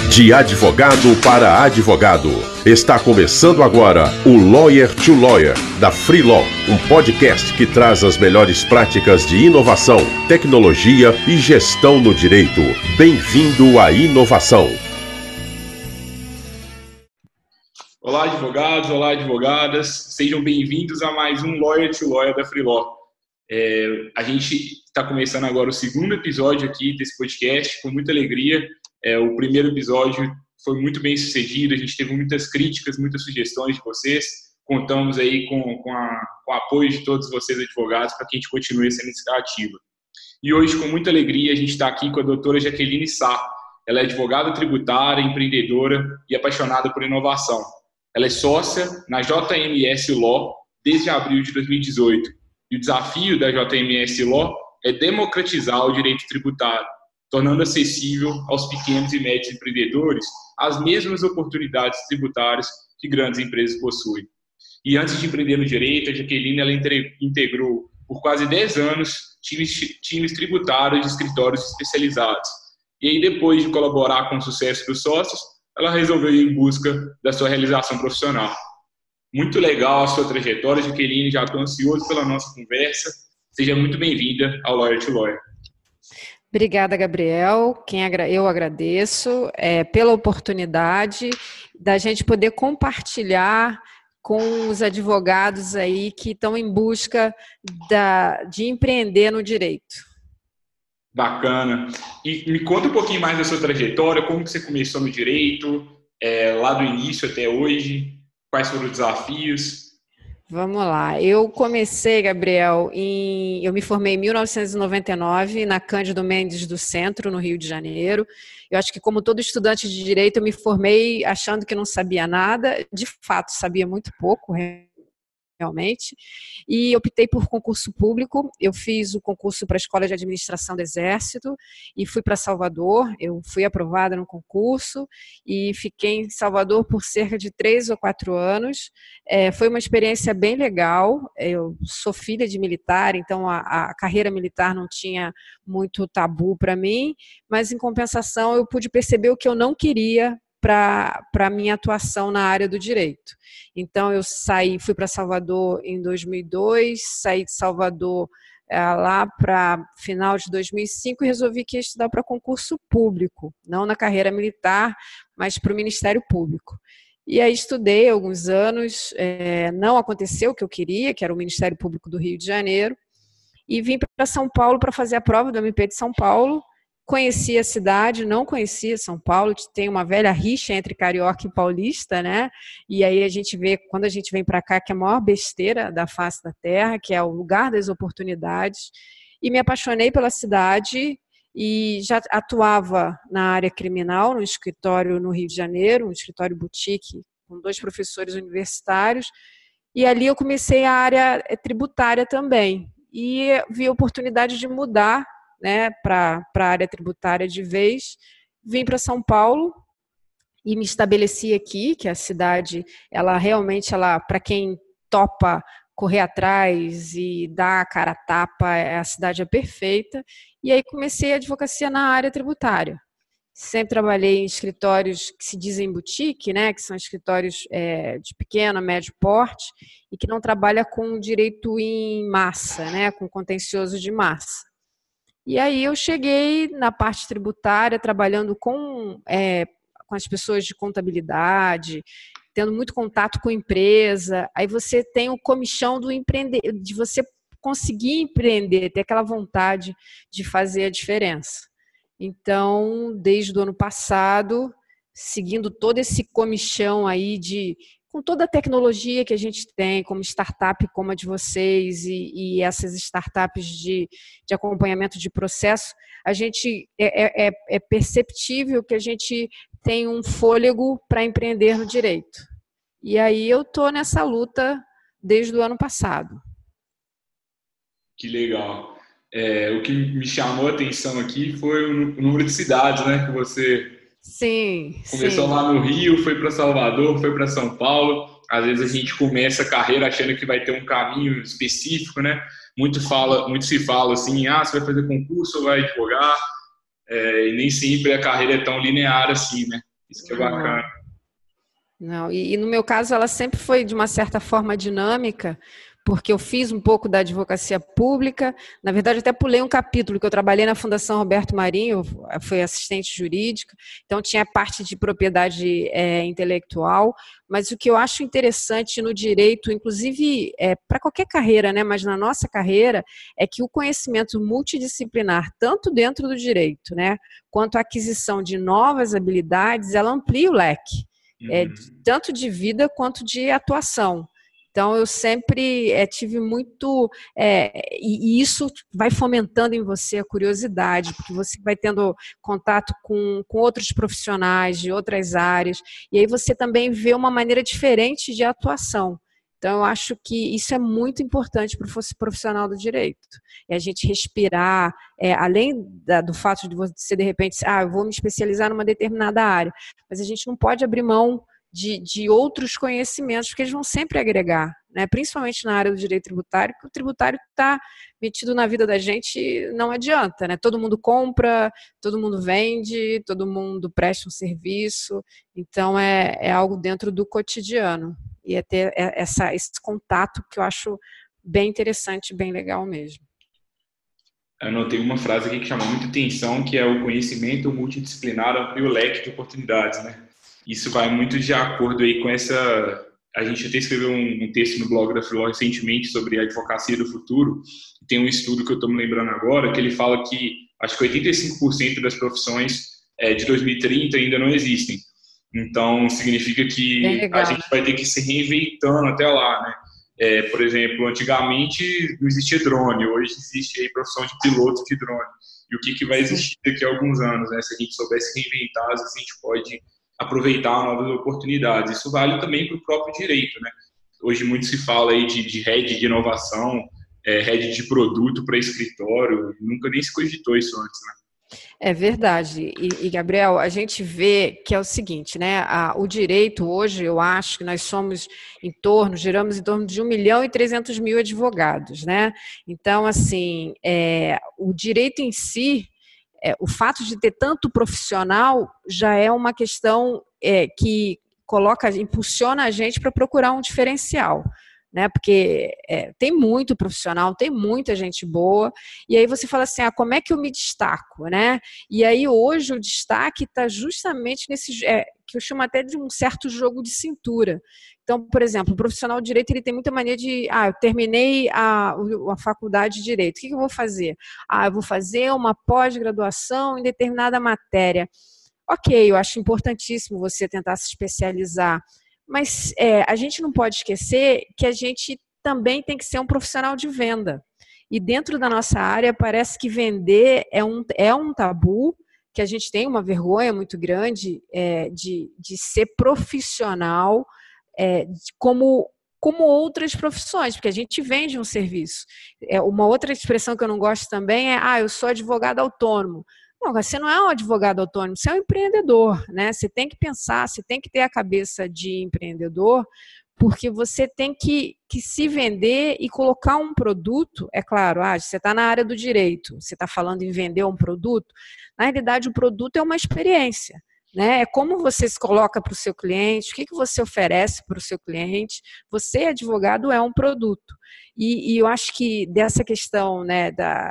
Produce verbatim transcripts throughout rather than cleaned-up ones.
De advogado para advogado. Está começando agora o Lawyer to Lawyer, da Freeló, um podcast que traz as melhores práticas de inovação, tecnologia e gestão no direito. Bem-vindo à inovação. Olá, advogados, olá, advogadas. Sejam bem-vindos a mais um Lawyer to Lawyer da Freeló. É, a gente está começando agora o segundo episódio aqui desse podcast, com muita alegria. É, o primeiro episódio foi muito bem sucedido, a gente teve muitas críticas, muitas sugestões de vocês. Contamos aí com, com, a, com o apoio de todos vocês, advogados, para que a gente continue essa iniciativa. E hoje, com muita alegria, a gente está aqui com a doutora Jaqueline Sá. Ela é advogada tributária, empreendedora e apaixonada por inovação. Ela é sócia na J M S Law desde abril de dois mil e dezoito. E o desafio da J M S Law é democratizar o direito tributário, tornando acessível aos pequenos e médios empreendedores as mesmas oportunidades tributárias que grandes empresas possuem. E antes de empreender no direito, a Jaqueline ela integrou por quase dez anos times, times tributários de escritórios especializados. E aí, depois de colaborar com o sucesso dos sócios, ela resolveu ir em busca da sua realização profissional. Muito legal a sua trajetória, Jaqueline, já estou ansioso pela nossa conversa. Seja muito bem-vinda ao Lawyer to Lawyer. Obrigada, Gabriel. Quem eu agradeço é, pela oportunidade da gente poder compartilhar com os advogados aí que estão em busca da, de empreender no direito. Bacana. E me conta um pouquinho mais da sua trajetória, como que você começou no direito, é, lá do início até hoje, quais foram os desafios? Vamos lá. Eu comecei, Gabriel, em... eu me formei em mil novecentos e noventa e nove na Cândido Mendes do Centro, no Rio de Janeiro. Eu acho que, como todo estudante de direito, eu me formei achando que não sabia nada. De fato, sabia muito pouco, realmente, e optei por concurso público. Eu fiz o concurso para a Escola de Administração do Exército e fui para Salvador. Eu fui aprovada no concurso e fiquei em Salvador por cerca de três ou quatro anos. É, foi uma experiência bem legal. Eu sou filha de militar, então a, a carreira militar não tinha muito tabu para mim, mas, em compensação, eu pude perceber o que eu não queria para a minha atuação na área do direito. Então, eu saí, fui para Salvador em dois mil e dois, saí de Salvador é, lá para final de dois mil e cinco e resolvi que ia estudar para concurso público, não na carreira militar, mas para o Ministério Público. E aí estudei alguns anos, é, não aconteceu o que eu queria, que era o Ministério Público do Rio de Janeiro, e vim para São Paulo para fazer a prova do M P de São Paulo. Conheci a cidade, não conhecia São Paulo, tem uma velha rixa entre carioca e paulista, né? E aí a gente vê, quando a gente vem para cá, que é a maior besteira da face da terra, que é o lugar das oportunidades, e me apaixonei pela cidade e já atuava na área criminal, no escritório no Rio de Janeiro, um escritório boutique, com dois professores universitários, e ali eu comecei a área tributária também, e vi a oportunidade de mudar, né, para a área tributária de vez. Vim para São Paulo e me estabeleci aqui, que a cidade, ela realmente, ela, para quem topa correr atrás e dar a cara a tapa, a cidade é perfeita. E aí comecei a advocacia na área tributária. Sempre trabalhei em escritórios que se dizem boutique, né, que são escritórios é, de pequeno, médio porte, e que não trabalha com direito em massa, né, com contencioso de massa. E aí eu cheguei na parte tributária, trabalhando com, é, com as pessoas de contabilidade, tendo muito contato com empresa. Aí você tem o comichão do empreender, de você conseguir empreender, ter aquela vontade de fazer a diferença. Então, desde o ano passado, seguindo todo esse comichão aí de... com toda a tecnologia que a gente tem, como startup como a de vocês e, e essas startups de, de acompanhamento de processo, a gente é, é, é perceptível que a gente tem um fôlego para empreender no direito. E aí eu estou nessa luta desde o ano passado. Que legal. É, o que me chamou a atenção aqui foi o número de cidades, né, que você... Sim, Começou sim. lá no Rio, foi para Salvador, foi para São Paulo. Às vezes a gente começa a carreira achando que vai ter um caminho específico, né? Muito, fala, muito se fala assim, ah, você vai fazer concurso ou vai advogar? É, e nem sempre a carreira é tão linear assim, né? Isso que é bacana. Não, e, e no meu caso ela sempre foi de uma certa forma dinâmica, porque eu fiz um pouco da advocacia pública, na verdade até pulei um capítulo, que eu trabalhei na Fundação Roberto Marinho, eu fui assistente jurídica, então tinha parte de propriedade é, intelectual, mas o que eu acho interessante no direito, inclusive é, para qualquer carreira, né, mas na nossa carreira, é que o conhecimento multidisciplinar, tanto dentro do direito, né, quanto a aquisição de novas habilidades, ela amplia o leque, uhum. é, tanto de vida quanto de atuação. Então, eu sempre é, tive muito... É, e, e isso vai fomentando em você a curiosidade, porque você vai tendo contato com, com outros profissionais de outras áreas, e aí você também vê uma maneira diferente de atuação. Então, eu acho que isso é muito importante para o profissional do direito. É a gente respirar, é, além da, do fato de você, de repente, ah, eu vou me especializar numa determinada área, mas a gente não pode abrir mão De, de outros conhecimentos, porque eles vão sempre agregar, né? Principalmente na área do direito tributário, que o tributário está metido na vida da gente, não adianta, né? Todo mundo compra, todo mundo vende, todo mundo presta um serviço, então é, é algo dentro do cotidiano, e é ter essa, esse contato que eu acho bem interessante, bem legal mesmo. Eu anotei uma frase aqui que chamou muita atenção, que é o conhecimento multidisciplinar amplia o leque de oportunidades, né? Isso vai muito de acordo aí com essa... A gente até escreveu um, um texto no blog da Freeló recentemente sobre a advocacia do futuro. Tem um estudo que eu estou me lembrando agora, que ele fala que acho que oitenta e cinco por cento das profissões é, de dois mil e trinta ainda não existem. Então, significa que legal, a gente né? vai ter que se reinventando até lá, né? É, por exemplo, antigamente não existia drone, hoje existe aí profissão de piloto de drone. E o que, que vai existir daqui a alguns anos, né? Se a gente soubesse reinventar, às vezes a gente pode aproveitar novas oportunidades. Isso vale também para o próprio direito, né? Hoje muito se fala aí de, de head de inovação, é, head de produto para escritório, nunca nem se cogitou isso antes, né? É verdade. E, e, Gabriel, a gente vê que é o seguinte, né? A, o direito hoje, eu acho que nós somos em torno, giramos em torno de um milhão e trezentos mil advogados, né? Então, assim, é, o direito em si, É, o fato de ter tanto profissional já é uma questão é, que coloca, impulsiona a gente para procurar um diferencial, né? Porque é, tem muito profissional, tem muita gente boa, e aí você fala assim, ah, como é que eu me destaco, né? E aí hoje o destaque está justamente nesse, é, que eu chamo até de um certo jogo de cintura. Então, por exemplo, o profissional de direito ele tem muita mania de, ah, eu terminei a, a faculdade de direito, o que, que eu vou fazer? Ah, eu vou fazer uma pós-graduação em determinada matéria. Ok, eu acho importantíssimo você tentar se especializar, mas é, a gente não pode esquecer que a gente também tem que ser um profissional de venda. E dentro da nossa área, parece que vender é um, é um tabu, que a gente tem uma vergonha muito grande é, de, de ser profissional é, de, como, como outras profissões, porque a gente vende um serviço. É, uma outra expressão que eu não gosto também é, ah, eu sou advogado autônomo. Não, você não é um advogado autônomo, você é um empreendedor, né? Você tem que pensar, você tem que ter a cabeça de empreendedor, porque você tem que, que se vender e colocar um produto, é claro, ah, você está na área do direito, você está falando em vender um produto, na realidade o produto é uma experiência, né? É como você se coloca para o seu cliente, o que, que você oferece para o seu cliente, você, advogado, é um produto. E, e eu acho que dessa questão, né, da...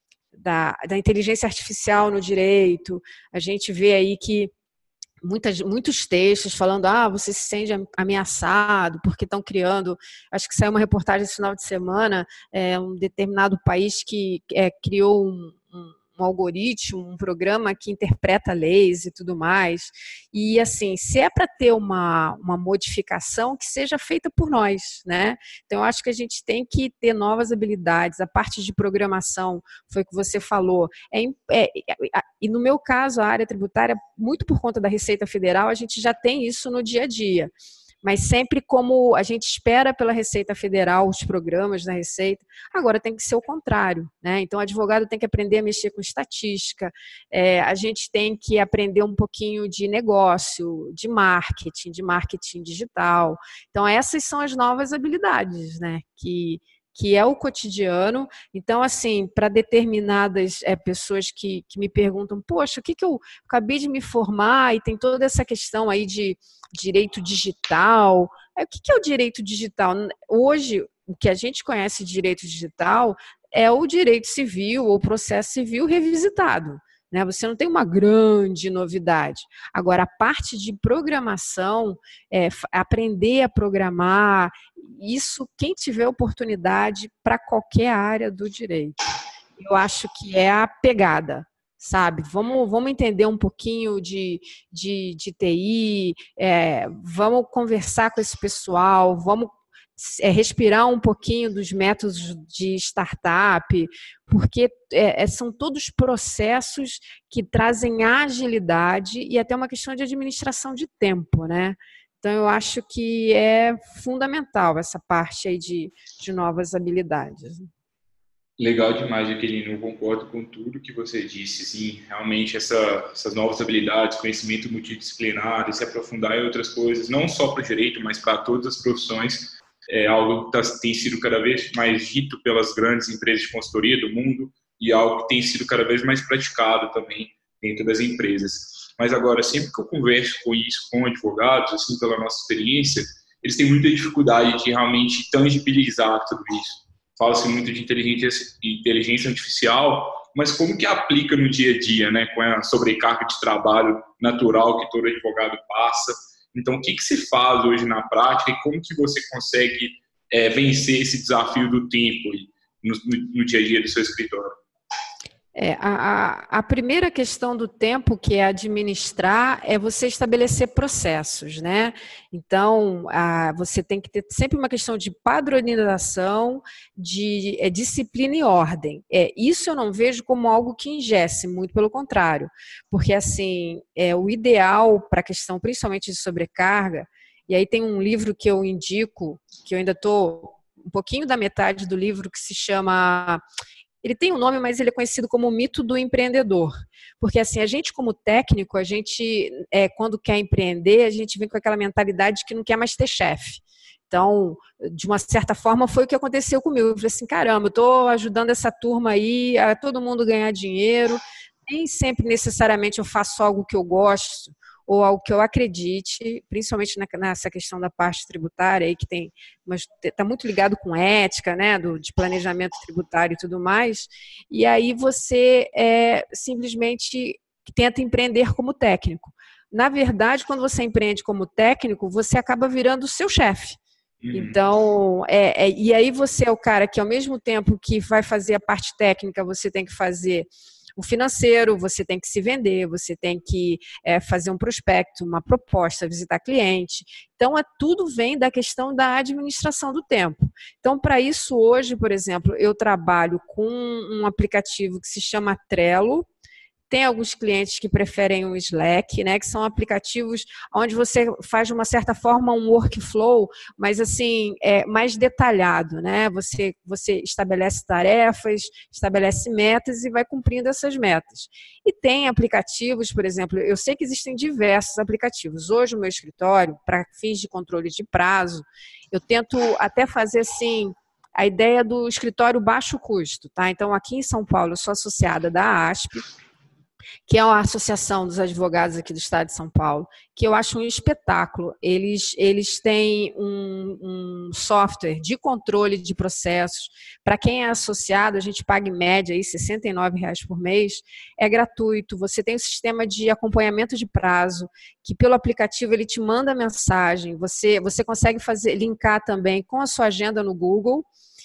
Da, da inteligência artificial no direito, a gente vê aí que muitas, muitos textos falando, ah, você se sente ameaçado porque estão criando, acho que saiu uma reportagem esse final de semana, é, um determinado país que é, criou um, um um algoritmo, um programa que interpreta leis e tudo mais, e assim, se é para ter uma, uma modificação, que seja feita por nós, né? Então eu acho que a gente tem que ter novas habilidades, a parte de programação, foi o que você falou, é, é, é, e no meu caso, a área tributária, muito por conta da Receita Federal, a gente já tem isso no dia a dia, mas sempre como a gente espera pela Receita Federal, os programas da Receita, agora tem que ser o contrário, né? Então, o advogado tem que aprender a mexer com estatística, é, a gente tem que aprender um pouquinho de negócio, de marketing, de marketing digital. Então, essas são as novas habilidades, né? Que, que é o cotidiano. Então, assim, para determinadas é, pessoas que, que me perguntam, poxa, o que, que eu acabei de me formar e tem toda essa questão aí de direito digital. É, o que, que é o direito digital? Hoje, o que a gente conhece de direito digital é o direito civil ou processo civil revisitado. Né? Você não tem uma grande novidade. Agora, a parte de programação, é, aprender a programar, isso quem tiver oportunidade para qualquer área do direito. Eu acho que é a pegada, sabe? Vamos, vamos entender um pouquinho de, de, de T I, é, vamos conversar com esse pessoal, vamos É, respirar um pouquinho dos métodos de startup, porque é, são todos processos que trazem agilidade e até uma questão de administração de tempo, né? Então, eu acho que é fundamental essa parte aí de, de novas habilidades. Legal demais, Jaqueline. Eu concordo com tudo que você disse. Sim, realmente essa, essas novas habilidades, conhecimento multidisciplinar, se aprofundar em outras coisas, não só para o direito, mas para todas as profissões, é algo que tem sido cada vez mais dito pelas grandes empresas de consultoria do mundo e algo que tem sido cada vez mais praticado também dentro das empresas. Mas agora, sempre que eu converso com isso com advogados, assim, pela nossa experiência, eles têm muita dificuldade de realmente tangibilizar tudo isso. Fala-se muito de inteligência, inteligência artificial, mas como que aplica no dia a dia, né, com a sobrecarga de trabalho natural que todo advogado passa? Então, o que, que se faz hoje na prática e como que você consegue é, vencer esse desafio do tempo no, no, no dia a dia do seu escritório? É, a, a primeira questão do tempo, que é administrar, é você estabelecer processos, né? Então, a, você tem que ter sempre uma questão de padronização, de é, disciplina e ordem. É, isso eu não vejo como algo que engesse, muito pelo contrário, porque assim, é, o ideal para a questão principalmente de sobrecarga, e aí tem um livro que eu indico, que eu ainda estou um pouquinho da metade do livro, que se chama... Ele tem um nome, mas ele é conhecido como o mito do empreendedor. Porque, assim, a gente como técnico, a gente, é, quando quer empreender, a gente vem com aquela mentalidade de que não quer mais ter chefe. Então, de uma certa forma, foi o que aconteceu comigo. Eu falei assim, caramba, eu estou ajudando essa turma aí, a todo mundo ganhar dinheiro. Nem sempre, necessariamente, eu faço algo que eu gosto, ou algo que eu acredite, principalmente nessa questão da parte tributária, aí que tem, mas está muito ligado com ética, né, do, de planejamento tributário e tudo mais, e aí você é, simplesmente tenta empreender como técnico. Na verdade, quando você empreende como técnico, você acaba virando o seu chefe. Uhum. Então, é, é, e aí você é o cara que, ao mesmo tempo que vai fazer a parte técnica, você tem que fazer o financeiro, você tem que se vender, você tem que é, fazer um prospecto, uma proposta, visitar cliente. Então, é, tudo vem da questão da administração do tempo. Então, para isso, hoje, por exemplo, eu trabalho com um aplicativo que se chama Trello. Tem alguns clientes que preferem o Slack, né, que são aplicativos onde você faz, de uma certa forma, um workflow, mas assim, é mais detalhado, né? Você, você estabelece tarefas, estabelece metas e vai cumprindo essas metas. E tem aplicativos, por exemplo, eu sei que existem diversos aplicativos. Hoje, o meu escritório, para fins de controle de prazo, eu tento até fazer assim, a ideia do escritório baixo custo, tá? Então, aqui em São Paulo, eu sou associada da ASP, que é a Associação dos Advogados aqui do Estado de São Paulo, que eu acho um espetáculo. Eles, eles têm um, um software de controle de processos. Para quem é associado, a gente paga em média aí sessenta e nove reais por mês. É gratuito. Você tem um sistema de acompanhamento de prazo, que pelo aplicativo ele te manda mensagem. Você, você consegue fazer, linkar também com a sua agenda no Google.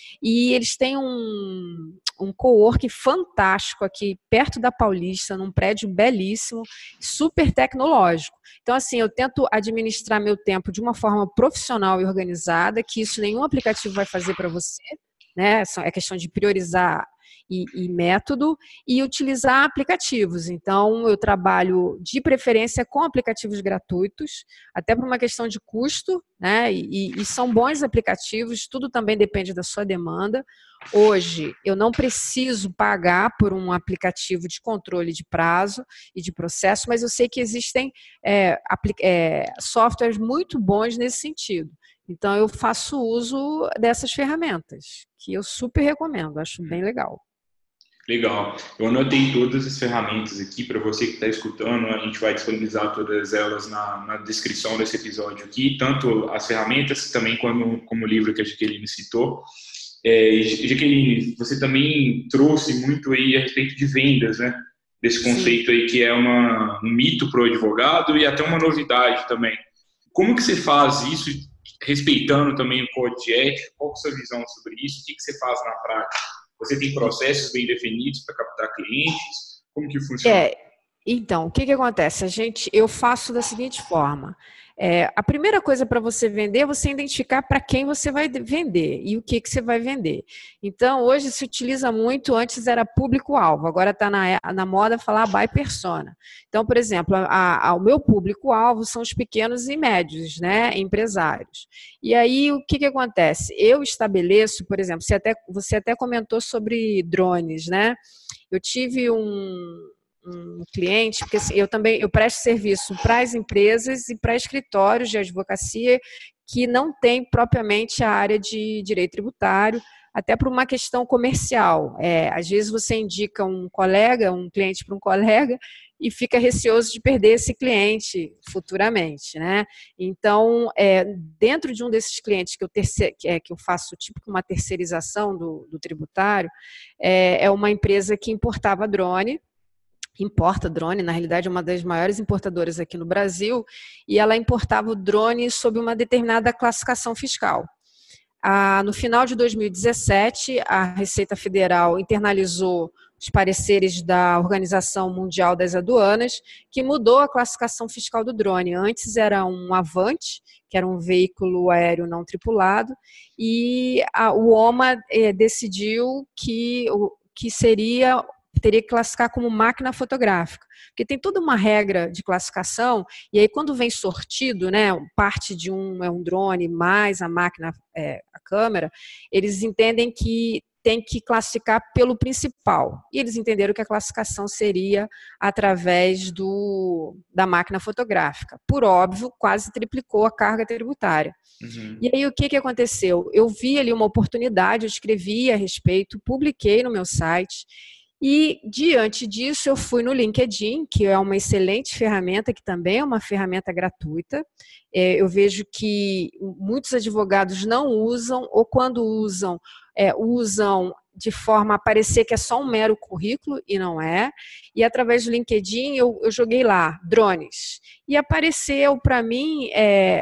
E eles têm um, um coworking fantástico aqui, perto da Paulista, num prédio belíssimo, super tecnológico. Então, assim, eu tento administrar meu tempo de uma forma profissional e organizada, que isso nenhum aplicativo vai fazer para você, né? É questão de priorizar E, e método, e utilizar aplicativos. Então, eu trabalho de preferência com aplicativos gratuitos, até por uma questão de custo, né? E, e são bons aplicativos, tudo também depende da sua demanda. Hoje, eu não preciso pagar por um aplicativo de controle de prazo e de processo, mas eu sei que existem é, é, softwares muito bons nesse sentido. Então, eu faço uso dessas ferramentas, que eu super recomendo, acho bem legal. Legal. Eu anotei todas as ferramentas aqui para você que está escutando. A gente vai disponibilizar todas elas na, na descrição desse episódio aqui, tanto as ferramentas também como, como o livro que a Jaqueline citou. É, Jaqueline, você também trouxe muito aí a respeito de vendas, né? Desse conceito aí que é uma, um mito para o advogado e até uma novidade também. Como que você faz isso, respeitando também o código de ética? Qual é a sua visão sobre isso? O que, que você faz na prática? Você tem processos bem definidos para captar clientes? Como que funciona? É, então, o que, que acontece? A gente, eu faço da seguinte forma. É, a primeira coisa para você vender é você identificar para quem você vai vender e o que, que você vai vender. Então, hoje se utiliza muito, antes era público-alvo, agora está na, na moda falar by persona. Então, por exemplo, a, a, o meu público-alvo são os pequenos e médios, né, empresários. E aí, o que, que acontece? Eu estabeleço, por exemplo, você até, você até comentou sobre drones, né? Eu tive um... um cliente, porque assim, eu também eu presto serviço para as empresas e para escritórios de advocacia que não têm propriamente a área de direito tributário, até por uma questão comercial. É, às vezes você indica um colega, um cliente para um colega, e fica receoso de perder esse cliente futuramente, né? Então, é, dentro de um desses clientes que eu, terceir, que, é, que eu faço tipo uma terceirização do, do tributário, é, é uma empresa que importava drone, importa drone, na realidade é uma das maiores importadoras aqui no Brasil, e ela importava o drone sob uma determinada classificação fiscal. Ah, no final de dois mil e dezessete, a Receita Federal internalizou os pareceres da Organização Mundial das Aduanas, que mudou a classificação fiscal do drone. Antes era um Avante, que era um veículo aéreo não tripulado, e a, o OMA eh, decidiu que, que seria... teria que classificar como máquina fotográfica, porque tem toda uma regra de classificação, e aí quando vem sortido, né, parte de um é um drone mais a máquina, é, a câmera, eles entendem que tem que classificar pelo principal, e eles entenderam que a classificação seria através do, da máquina fotográfica. Por óbvio, quase triplicou a carga tributária. Uhum. E aí o que, que aconteceu? Eu vi ali uma oportunidade, eu escrevi a respeito, publiquei no meu site. E, diante disso, eu fui no LinkedIn, que é uma excelente ferramenta, que também é uma ferramenta gratuita. É, eu vejo que muitos advogados não usam, ou quando usam, é, usam de forma a parecer que é só um mero currículo, e não é. E, através do LinkedIn, eu, eu joguei lá, drones. E apareceu para mim... É,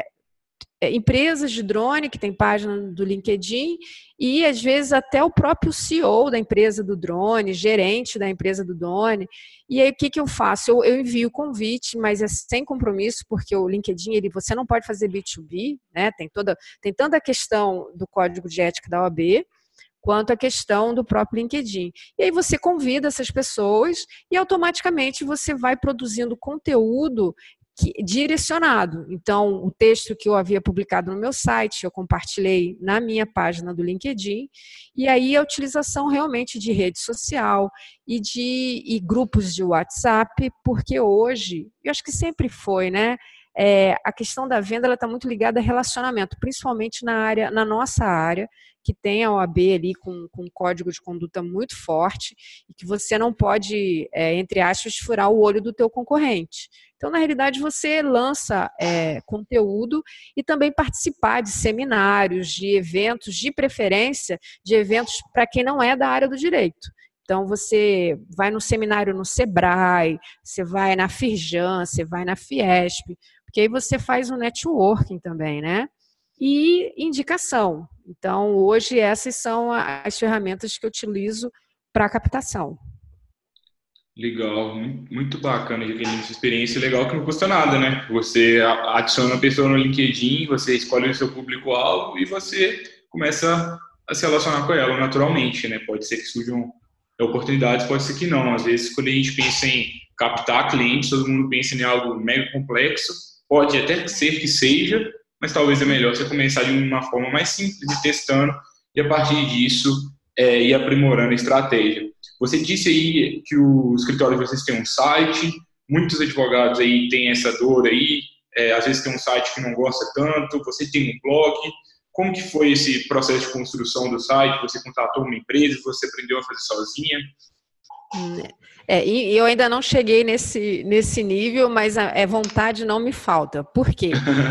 empresas de drone que tem página do LinkedIn e, às vezes, até o próprio C E O da empresa do drone, gerente da empresa do drone. E aí, o que, que eu faço? Eu, eu envio o convite, mas é sem compromisso, porque o LinkedIn, ele, você não pode fazer B dois B, né? Tem, toda, tem tanto a questão do código de ética da O A B, quanto a questão do próprio LinkedIn. E aí você convida essas pessoas e, automaticamente, você vai produzindo conteúdo Que, direcionado. Então, o texto que eu havia publicado no meu site, eu compartilhei na minha página do LinkedIn, e aí a utilização realmente de rede social e de e grupos de WhatsApp, porque hoje, eu acho que sempre foi, né? É, a questão da venda está muito ligada a relacionamento, principalmente na área, na nossa área, que tem a O A B ali com, com um código de conduta muito forte e que você não pode, é, entre aspas, furar o olho do teu concorrente. Então, na realidade, você lança é, conteúdo e também participar de seminários, de eventos, de preferência, de eventos para quem não é da área do direito. Então, você vai no seminário no Sebrae, você vai na Firjan, você vai na Fiesp, porque aí você faz um networking também, né? E indicação. Então, hoje, essas são as ferramentas que eu utilizo para captação. Legal, muito bacana, Jaqueline, essa experiência legal que não custa nada, né? Você adiciona a pessoa no LinkedIn, você escolhe o seu público-alvo e você começa a se relacionar com ela naturalmente, né? Pode ser que surjam oportunidades, pode ser que não. Às vezes, quando a gente pensa em captar clientes, todo mundo pensa em algo mega complexo, pode até ser que seja, mas talvez é melhor você começar de uma forma mais simples, de testando, e a partir disso é, ir aprimorando a estratégia. Você disse aí que o escritório de vocês tem um site, muitos advogados aí têm essa dor aí, é, às vezes tem um site que não gosta tanto, você tem um blog. Como que foi esse processo de construção do site? Você contratou uma empresa, você aprendeu a fazer sozinha? É, e eu ainda não cheguei nesse, nesse nível, mas a, a vontade não me falta. Por quê?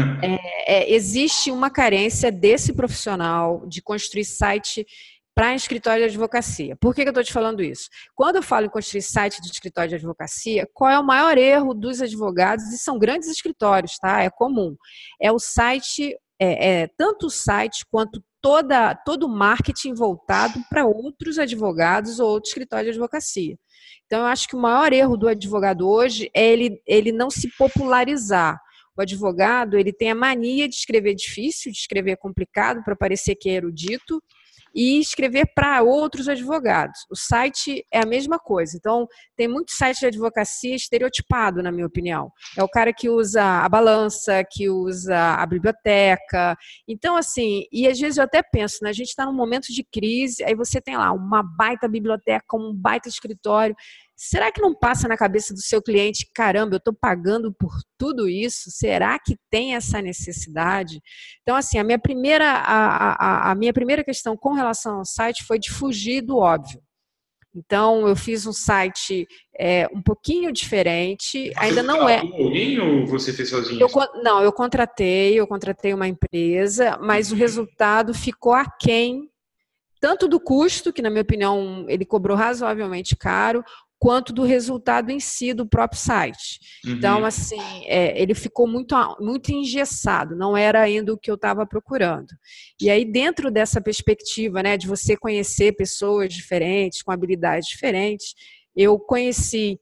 É, é, existe uma carência desse profissional de construir site para escritório de advocacia. Por que, que eu estou te falando isso? Quando eu falo em construir site de escritório de advocacia, qual é o maior erro dos advogados? E são grandes escritórios, tá? É comum. É o site, é, é, tanto o site quanto toda, todo o marketing voltado para outros advogados ou outro escritório de advocacia. Então, eu acho que o maior erro do advogado hoje é ele, ele não se popularizar. O advogado, ele tem a mania de escrever difícil, de escrever complicado para parecer que é erudito e escrever para outros advogados. O site é a mesma coisa. Então, tem muito site de advocacia estereotipado, na minha opinião. É o cara que usa a balança, que usa a biblioteca. Então, assim, e às vezes eu até penso, né, a gente está num momento de crise, aí você tem lá uma baita biblioteca, um baita escritório. Será que não passa na cabeça do seu cliente, caramba, eu estou pagando por tudo isso? Será que tem essa necessidade? Então, assim, a minha primeira, a, a, a minha primeira questão com relação ao site foi de fugir do óbvio. Então, eu fiz um site é, um pouquinho diferente, você ainda não é... alguém ou você fez sozinho? Eu, não, eu contratei, eu contratei uma empresa, mas o resultado ficou aquém, tanto do custo, que na minha opinião ele cobrou razoavelmente caro, quanto do resultado em si do próprio site. Uhum. Então, assim, é, ele ficou muito, muito engessado, não era ainda o que eu estava procurando. E aí, dentro dessa perspectiva, né, de você conhecer pessoas diferentes, com habilidades diferentes, eu conheci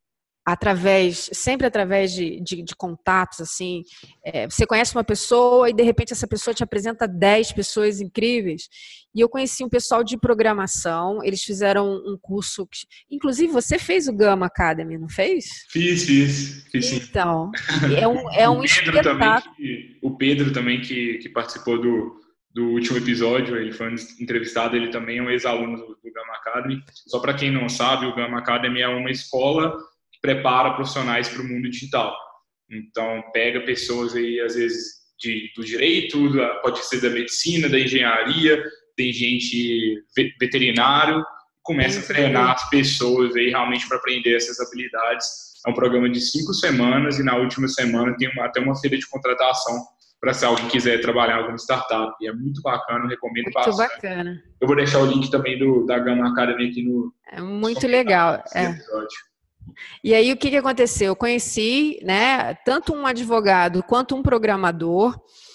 através, sempre através de, de, de contatos, assim, é, você conhece uma pessoa e de repente essa pessoa te apresenta dez pessoas incríveis, e eu conheci um pessoal de programação, eles fizeram um curso, que, inclusive você fez o Gama Academy, não fez? Fiz, fiz, fiz sim. Então, é um, é um o Pedro espetáculo. Também que, o Pedro também que, que participou do, do último episódio, ele foi entrevistado, ele também é um ex-aluno do, do Gama Academy. Só para quem não sabe, o Gama Academy é uma escola prepara profissionais para o mundo digital. Então, pega pessoas aí, às vezes, de, do direito, pode ser da medicina, da engenharia, tem gente veterinário, começa a treinar as pessoas aí realmente para aprender essas habilidades. É um programa de cinco semanas e na última semana tem uma, até uma feira de contratação para se alguém quiser trabalhar em alguma startup. E é muito bacana, eu recomendo muito bastante. Muito bacana. Eu vou deixar o link também do, da Gama Academy aqui no... É muito legal. É. E aí, o que, que aconteceu? Eu conheci, né, tanto um advogado quanto um programador,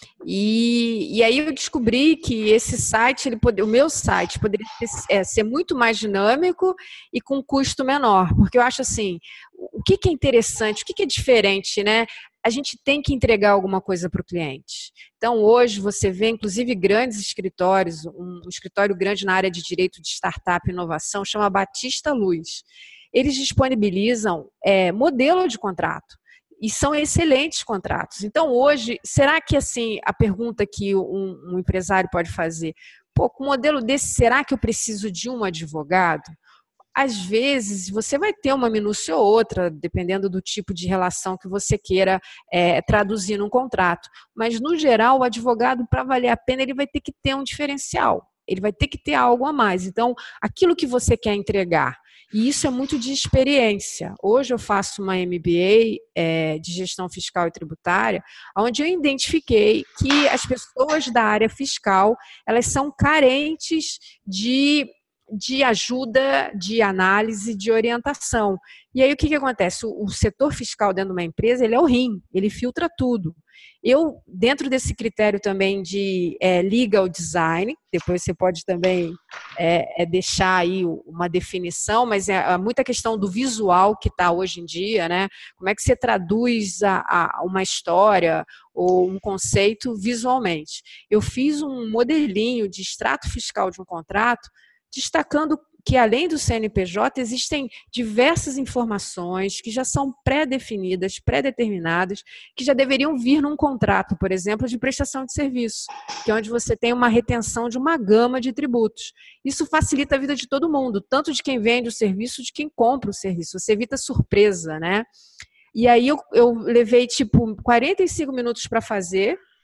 e, e aí eu descobri que esse site, ele pode, o meu site, poderia ser, é, ser muito mais dinâmico e com custo menor, porque eu acho assim, o que, que é interessante, o que, que é diferente, né? A gente tem que entregar alguma coisa para o cliente. Então, hoje, você vê, inclusive, grandes escritórios, um, um escritório grande na área de direito de startup e inovação, chama Batista Luz. Eles disponibilizam é, modelo de contrato e são excelentes contratos. Então, hoje, será que assim a pergunta que um, um empresário pode fazer, pô, com um modelo desse, será que eu preciso de um advogado? Às vezes, você vai ter uma minúcia ou outra, dependendo do tipo de relação que você queira é, traduzir num contrato. Mas, no geral, o advogado, para valer a pena, ele vai ter que ter um diferencial. Ele vai ter que ter algo a mais. Então, aquilo que você quer entregar, e isso é muito de experiência. Hoje eu faço uma M B A é, de gestão fiscal e tributária, onde eu identifiquei que as pessoas da área fiscal, elas são carentes de, de ajuda, de análise, de orientação. E aí o que, que acontece? O, o setor fiscal dentro de uma empresa, ele é o rim, ele filtra tudo. Eu, dentro desse critério também de é, legal design, depois você pode também é, é deixar aí uma definição, mas é muita questão do visual que está hoje em dia, né? Como é que você traduz a, a, uma história ou um conceito visualmente? Eu fiz um modelinho de extrato fiscal de um contrato, destacando que além do C N P J existem diversas informações que já são pré-definidas, pré-determinadas, que já deveriam vir num contrato, por exemplo, de prestação de serviço, que é onde você tem uma retenção de uma gama de tributos. Isso facilita a vida de todo mundo, tanto de quem vende o serviço, de quem compra o serviço. Você evita surpresa, né? E aí eu, eu levei tipo quarenta e cinco minutos para fazer.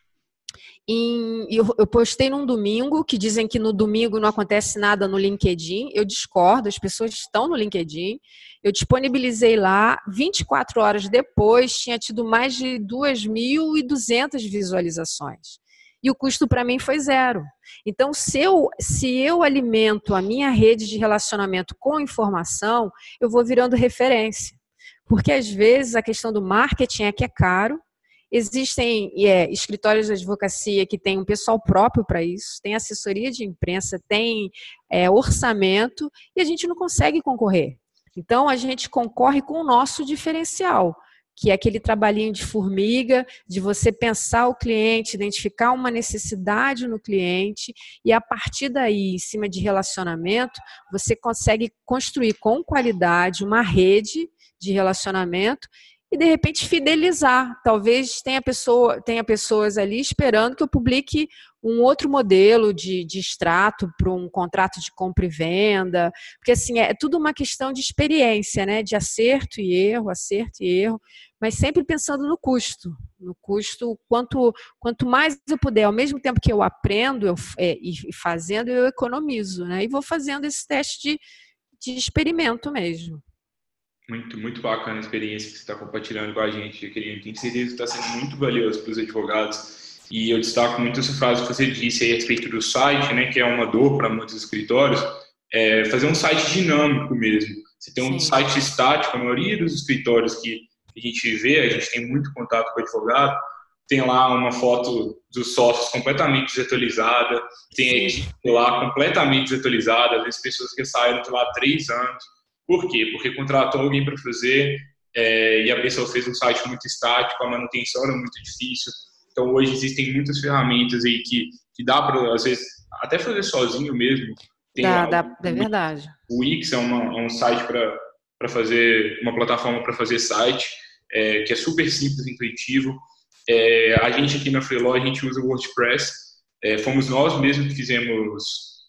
Em, eu, eu postei num domingo, que dizem que no domingo não acontece nada no LinkedIn. Eu discordo, as pessoas estão no LinkedIn. Eu disponibilizei lá, vinte e quatro horas depois, tinha tido mais de duas mil e duzentas visualizações. E o custo para mim foi zero. Então, se eu, se eu alimento a minha rede de relacionamento com informação, eu vou virando referência. Porque, às vezes, a questão do marketing é que é caro. Existem é, escritórios de advocacia que têm um pessoal próprio para isso, tem assessoria de imprensa, tem é, orçamento, e a gente não consegue concorrer. Então, a gente concorre com o nosso diferencial, que é aquele trabalhinho de formiga, de você pensar o cliente, identificar uma necessidade no cliente, e a partir daí, em cima de relacionamento, você consegue construir com qualidade uma rede de relacionamento e, de repente, fidelizar. Talvez tenha, pessoa, tenha pessoas ali esperando que eu publique um outro modelo de, de extrato para um contrato de compra e venda, porque assim, é tudo uma questão de experiência, né? De acerto e erro, acerto e erro, mas sempre pensando no custo. No custo, quanto, quanto mais eu puder, ao mesmo tempo que eu aprendo eu, é, e fazendo, eu economizo, né? E vou fazendo esse teste de, de experimento mesmo. Muito, muito bacana a experiência que você está compartilhando com a gente, querido. Tenho certeza que está sendo muito valioso para os advogados. E eu destaco muito essa frase que você disse aí a respeito do site, né, que é uma dor para muitos escritórios, é fazer um site dinâmico mesmo. Você tem um Sim. site estático, a maioria dos escritórios que a gente vê, a gente tem muito contato com o advogado, tem lá uma foto dos sócios completamente desatualizada, tem a equipe lá completamente desatualizada, às vezes pessoas que saíram de lá há três anos. Por quê? Porque contratou alguém para fazer é, e a pessoa fez um site muito estático, a manutenção era muito difícil. Então, hoje existem muitas ferramentas aí que, que dá para, às vezes, até fazer sozinho mesmo. Tem dá, lá, dá, é verdade. O Wix é, uma, é um site para fazer, uma plataforma para fazer site, é, que é super simples e intuitivo. É, a gente aqui na Freeló, a gente usa o WordPress. É, fomos nós mesmos que fizemos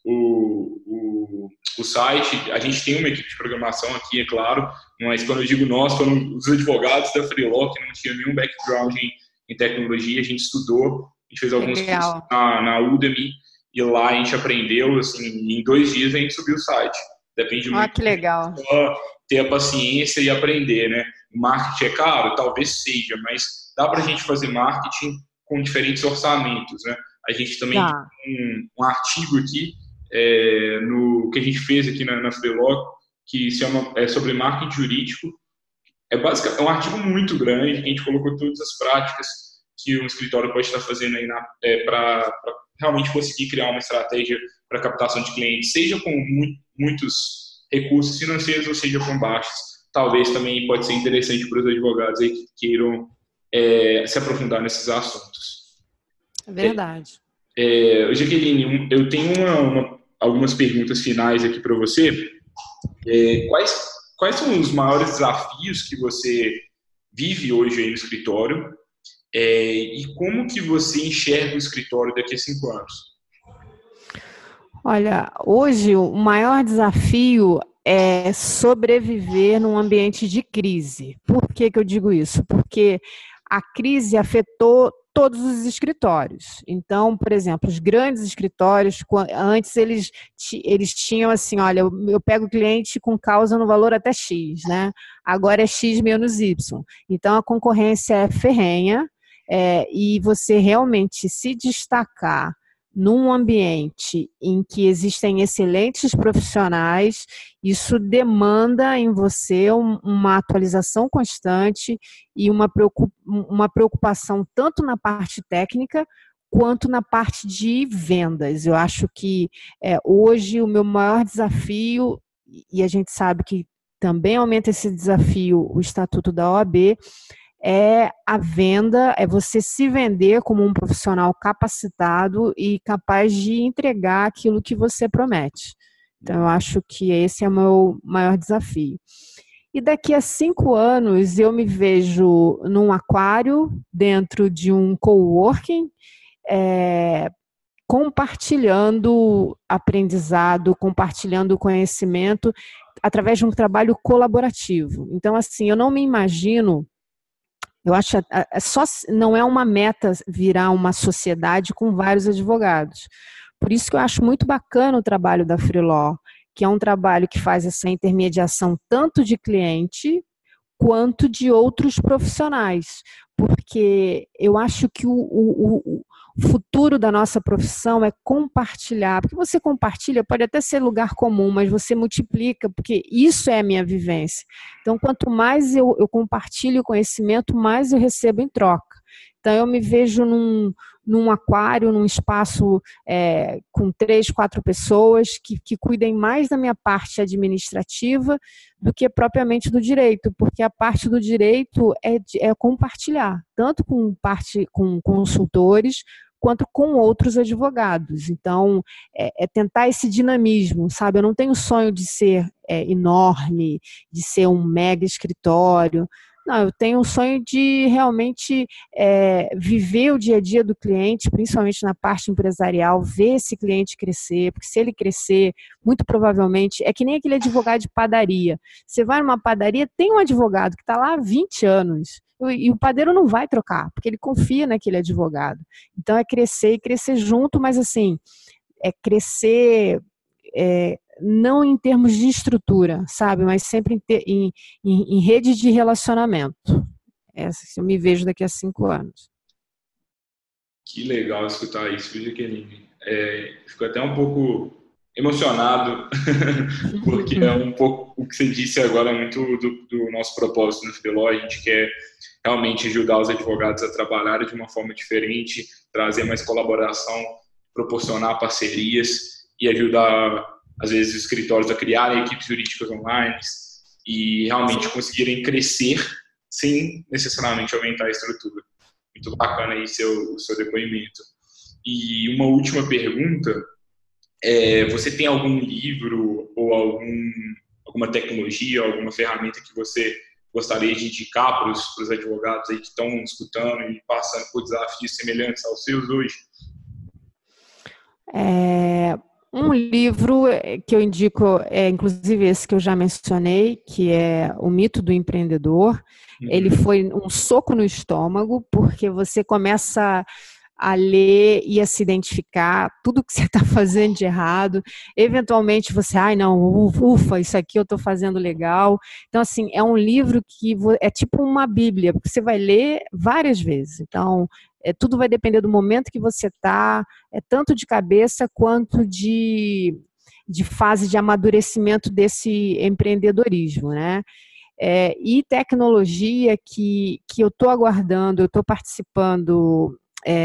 o, o, o site. A gente tem uma equipe de programação aqui, é claro, mas quando eu digo nós, foram os advogados da Freeló, que não tinham nenhum background em, em tecnologia. A gente estudou, a gente fez alguns Legal. cursos na, na Udemy, e lá a gente aprendeu, assim, em dois dias a gente subiu o site. Depende muito. Ah, que legal. Só ter a paciência e aprender, né? O marketing é caro? Talvez seja, mas dá para a gente fazer marketing com diferentes orçamentos, né? A gente também tá. tem um, um artigo aqui, é, no, que a gente fez aqui na, na Freeló, que se chama é, sobre marketing jurídico. É, basicamente, é um artigo muito grande, que a gente colocou todas as práticas que um escritório pode estar fazendo aí é, para realmente conseguir criar uma estratégia para captação de clientes, seja com mu- muitos recursos financeiros ou seja com baixos. Talvez também pode ser interessante para os advogados aí que queiram é, se aprofundar nesses assuntos. É verdade. É, é, Jaqueline, eu tenho uma, uma, algumas perguntas finais aqui para você. É, quais, quais são os maiores desafios que você vive hoje aí no escritório? É, e como que você enxerga o escritório daqui a cinco anos? Olha, hoje o maior desafio é sobreviver num ambiente de crise. Por que que eu digo isso? Porque a crise afetou todos os escritórios. Então, por exemplo, os grandes escritórios, antes eles, eles tinham assim, olha, eu, eu pego o cliente com causa no valor até X, né? Agora é X menos Y. Então, a concorrência é ferrenha. É, e você realmente se destacar num ambiente em que existem excelentes profissionais, isso demanda em você um, uma atualização constante e uma, preocup, uma preocupação tanto na parte técnica quanto na parte de vendas. Eu acho que é, hoje o meu maior desafio, e a gente sabe que também aumenta esse desafio o Estatuto da O A B, é a venda, é você se vender como um profissional capacitado e capaz de entregar aquilo que você promete. Então, eu acho que esse é o meu maior desafio. E daqui a cinco anos, eu me vejo num aquário, dentro de um coworking, é, compartilhando aprendizado, compartilhando conhecimento, através de um trabalho colaborativo. Então, assim, eu não me imagino Eu acho que só não é uma meta virar uma sociedade com vários advogados. Por isso que eu acho muito bacana o trabalho da Freeló, que é um trabalho que faz essa intermediação tanto de cliente quanto de outros profissionais, porque eu acho que o, o, o futuro da nossa profissão é compartilhar, porque você compartilha, pode até ser lugar comum, mas você multiplica, porque isso é a minha vivência. Então, quanto mais eu, eu compartilho o conhecimento, mais eu recebo em troca. Então, eu me vejo num, num aquário, num espaço é, com três, quatro pessoas que, que cuidem mais da minha parte administrativa do que propriamente do direito, porque a parte do direito é, é compartilhar, tanto com, parte, com consultores, quanto com outros advogados. Então, é, é tentar esse dinamismo, sabe? Eu não tenho o sonho de ser é, enorme, de ser um mega escritório. Não, eu tenho o sonho de realmente é, viver o dia a dia do cliente, principalmente na parte empresarial, ver esse cliente crescer, porque se ele crescer, muito provavelmente, é que nem aquele advogado de padaria. Você vai numa padaria, tem um advogado que está lá há vinte anos, e o padeiro não vai trocar, porque ele confia naquele advogado. Então é crescer e crescer junto, mas assim, é crescer... É, não em termos de estrutura, sabe, mas sempre em, ter, em, em, em rede de relacionamento. Essa eu me vejo daqui a cinco anos. Que legal escutar isso, viu, Jaqueline? É, fico até um pouco emocionado, porque é um pouco o que você disse agora, é muito do, do nosso propósito no Freeló. A gente quer realmente ajudar os advogados a trabalharem de uma forma diferente, trazer mais colaboração, proporcionar parcerias e ajudar, às vezes, os escritórios a criarem equipes jurídicas online e realmente conseguirem crescer sem necessariamente aumentar a estrutura. Muito bacana aí seu, o seu depoimento. E uma última pergunta, é, você tem algum livro ou algum, alguma tecnologia, alguma ferramenta que você gostaria de indicar para os, para os advogados aí que estão escutando e passando por desafios semelhantes aos seus hoje? É... Um livro que eu indico é, inclusive, esse que eu já mencionei, que é O Mito do Empreendedor. Uhum. Ele foi um soco no estômago, porque você começa a ler e a se identificar tudo que você está fazendo de errado. Eventualmente você, ai não, ufa, isso aqui eu estou fazendo legal. Então, assim, é um livro que é tipo uma bíblia, porque você vai ler várias vezes. Então, É, tudo vai depender do momento que você está, é tanto de cabeça quanto de, de fase de amadurecimento desse empreendedorismo, né? É, e tecnologia que, que eu estou aguardando, eu estou participando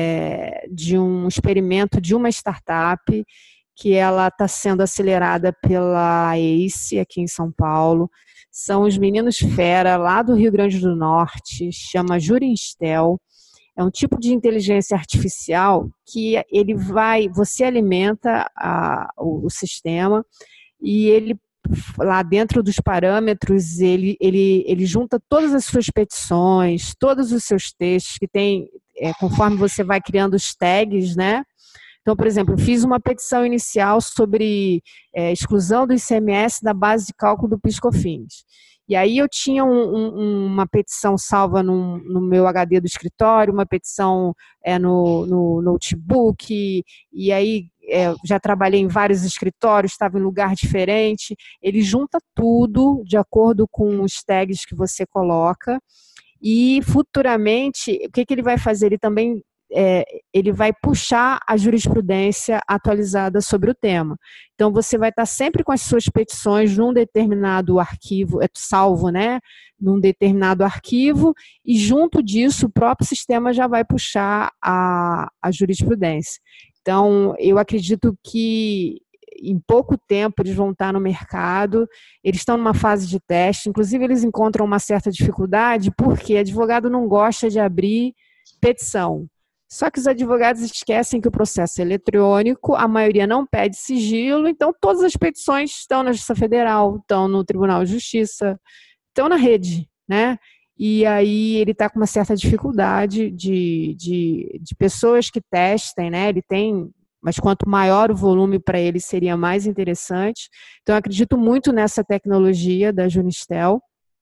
é, de um experimento de uma startup que ela está sendo acelerada pela ACE aqui em São Paulo. São os meninos fera lá do Rio Grande do Norte, chama Jurinstel. É um tipo de inteligência artificial que ele vai, você alimenta a, o, o sistema e ele, lá dentro dos parâmetros, ele, ele, ele junta todas as suas petições, todos os seus textos, que tem, é, conforme você vai criando os tags, né? Então, por exemplo, eu fiz uma petição inicial sobre é, exclusão do I C M S da base de cálculo do PIS/COFINS. E aí eu tinha um, um, uma petição salva no, no meu H D do escritório, uma petição é, no, no notebook, e, e aí é, já trabalhei em vários escritórios, estava em lugar diferente. Ele junta tudo de acordo com os tags que você coloca e futuramente, o que, que ele vai fazer? Ele também É, ele vai puxar a jurisprudência atualizada sobre o tema. Então, você vai estar sempre com as suas petições num determinado arquivo, é salvo, né? Num determinado arquivo, e junto disso, o próprio sistema já vai puxar a, a jurisprudência. Então, eu acredito que em pouco tempo eles vão estar no mercado, eles estão numa fase de teste, inclusive eles encontram uma certa dificuldade, porque advogado não gosta de abrir petição. Só que os advogados esquecem que o processo é eletrônico, a maioria não pede sigilo, então todas as petições estão na Justiça Federal, estão no Tribunal de Justiça, estão na rede, né? E aí ele está com uma certa dificuldade de, de, de pessoas que testem, né? Ele tem, mas quanto maior o volume para ele seria mais interessante. Então eu acredito muito nessa tecnologia da Jurinstel.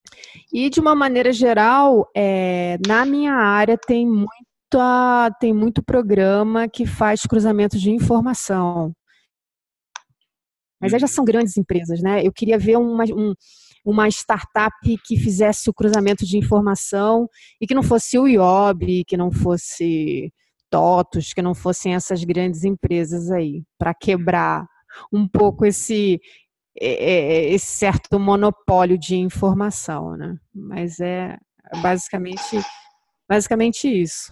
E, de uma maneira geral, é, na minha área tem, muita, tem muito programa que faz cruzamento de informação. Mas aí já são grandes empresas, né? Eu queria ver uma, um, uma startup que fizesse o cruzamento de informação e que não fosse o I O B, que não fosse TOTUS, que não fossem essas grandes empresas aí, para quebrar um pouco esse, esse certo monopólio de informação, né? Mas é basicamente, basicamente isso.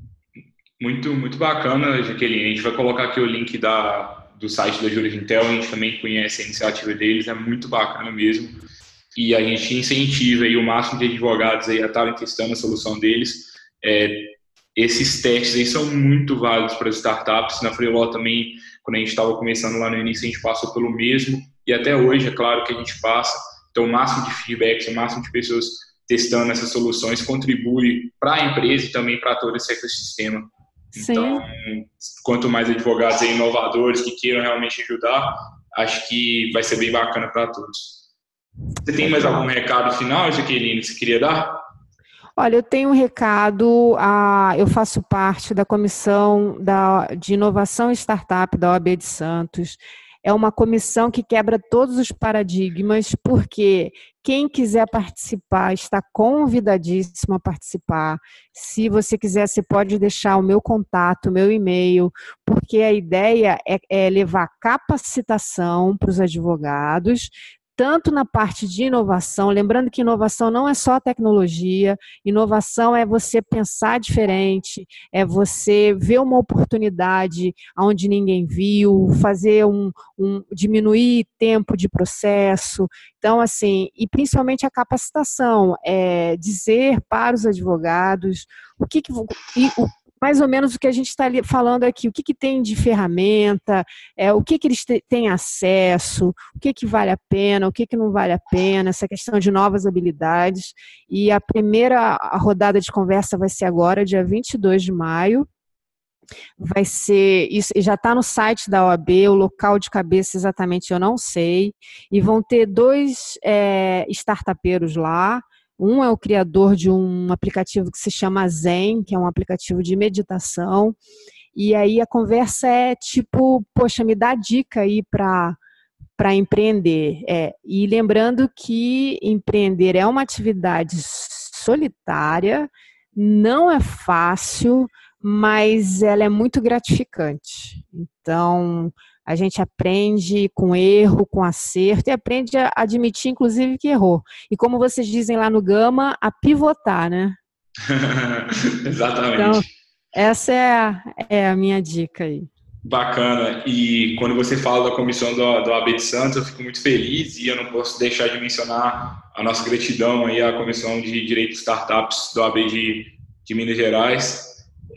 Muito, muito bacana, Jaqueline. A gente vai colocar aqui o link da, do site da Júlia Intel. A gente também conhece a iniciativa deles, é muito bacana mesmo. E a gente incentiva aí o máximo de advogados aí a estarem testando a solução deles. É, esses testes aí são muito válidos para as startups. Na Freeló também, quando a gente estava começando lá no início, a gente passou pelo mesmo. E até hoje, é claro que a gente passa. Então, o máximo de feedbacks, o máximo de pessoas testando essas soluções contribui para a empresa e também para todo esse ecossistema. Sim. Então, quanto mais advogados e inovadores que queiram realmente ajudar, acho que vai ser bem bacana para todos. Você tem mais algum recado final, Jaqueline, que você queria dar? Olha, eu tenho um recado, a, eu faço parte da Comissão da, de Inovação e Startup da O A B de Santos. É uma comissão que quebra todos os paradigmas, porque quem quiser participar está convidadíssimo a participar. Se você quiser, você pode deixar o meu contato, o meu e-mail, porque a ideia é, é levar capacitação para os advogados, tanto na parte de inovação, lembrando que inovação não é só tecnologia, inovação é você pensar diferente, é você ver uma oportunidade onde ninguém viu, fazer um, um diminuir tempo de processo. Então, assim, e principalmente a capacitação, é dizer para os advogados o que, que e, o, mais ou menos o que a gente está falando aqui, o que, que tem de ferramenta, é, o que, que eles te, têm acesso, o que, que vale a pena, o que, que não vale a pena, essa questão de novas habilidades. E a primeira rodada de conversa vai ser agora, dia vinte e dois de maio. Vai ser, isso já está no site da O A B, o local de cabeça exatamente eu não sei, e vão ter dois é, startupeiros lá. Um é o criador de um aplicativo que se chama Zen, que é um aplicativo de meditação, e aí a conversa é tipo, poxa, me dá dica aí para para empreender. É, e lembrando que empreender é uma atividade solitária, não é fácil, mas ela é muito gratificante. Então, a gente aprende com erro, com acerto, e aprende a admitir, inclusive, que errou. E como vocês dizem lá no Gama, a pivotar, né? Exatamente. Então, essa é a, é a minha dica aí. Bacana. E quando você fala da comissão do, do A B de Santos, eu fico muito feliz e eu não posso deixar de mencionar a nossa gratidão aí à Comissão de Direito de Startups do A B de, de Minas Gerais.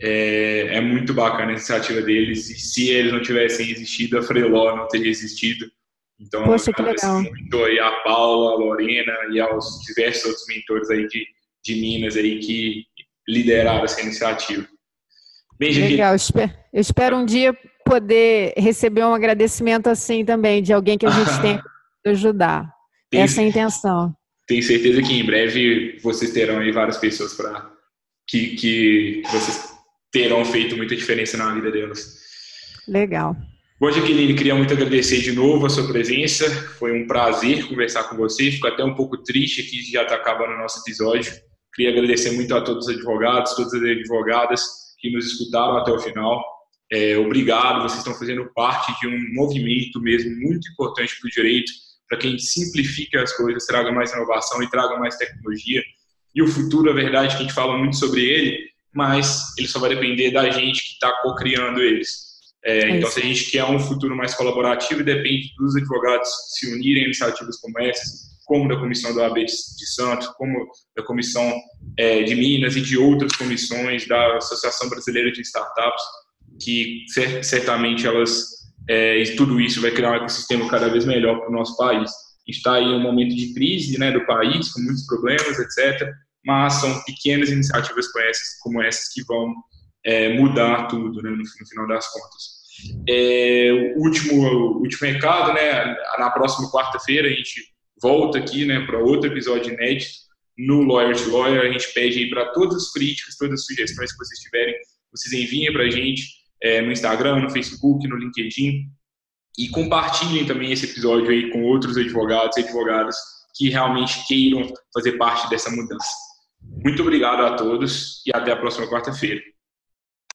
É, é muito bacana a iniciativa deles e se eles não tivessem existido, a Freeló não teria existido. Então, poxa, que agradeço legal. muito aí a Paula, a Lorena e aos diversos outros mentores aí de, de Minas aí que lideraram essa iniciativa. Bem, legal, eu espero, eu espero um dia poder receber um agradecimento assim também, de alguém que a gente tem que ajudar. Tem, essa é a intenção. Tenho certeza que em breve vocês terão aí várias pessoas para que, que vocês terão feito muita diferença na vida delas. Legal. Bom, Jaqueline, queria muito agradecer de novo a sua presença. Foi um prazer conversar com você. Fico até um pouco triste aqui de já estar acabando o nosso episódio. Queria agradecer muito a todos os advogados, todas as advogadas que nos escutaram até o final. É, obrigado, vocês estão fazendo parte de um movimento mesmo muito importante para o direito, para que a gente simplifique as coisas, traga mais inovação e traga mais tecnologia. E o futuro, a verdade, que a gente fala muito sobre ele, mas ele só vai depender da gente que está co-criando eles. É, é então, se a gente quer um futuro mais colaborativo, depende dos advogados se unirem a iniciativas como essas, como da Comissão da O A B de Santos, como da Comissão é, de Minas e de outras comissões da Associação Brasileira de Startups, que certamente elas, é, tudo isso vai criar um ecossistema cada vez melhor para o nosso país. A gente está aí em um momento de crise, né, do país, com muitos problemas, etcétera, mas são pequenas iniciativas como essas, como essas que vão é, mudar tudo, né, no, no final das contas. É, o último, o último recado, né, na próxima quarta-feira a gente volta aqui, né, para outro episódio inédito no Lawyer to Lawyer. A gente pede aí para todas as críticas, todas as sugestões que vocês tiverem, vocês enviem para a gente é, no Instagram, no Facebook, no LinkedIn, e compartilhem também esse episódio aí com outros advogados e advogadas que realmente queiram fazer parte dessa mudança. Muito obrigado a todos e até a próxima quarta-feira.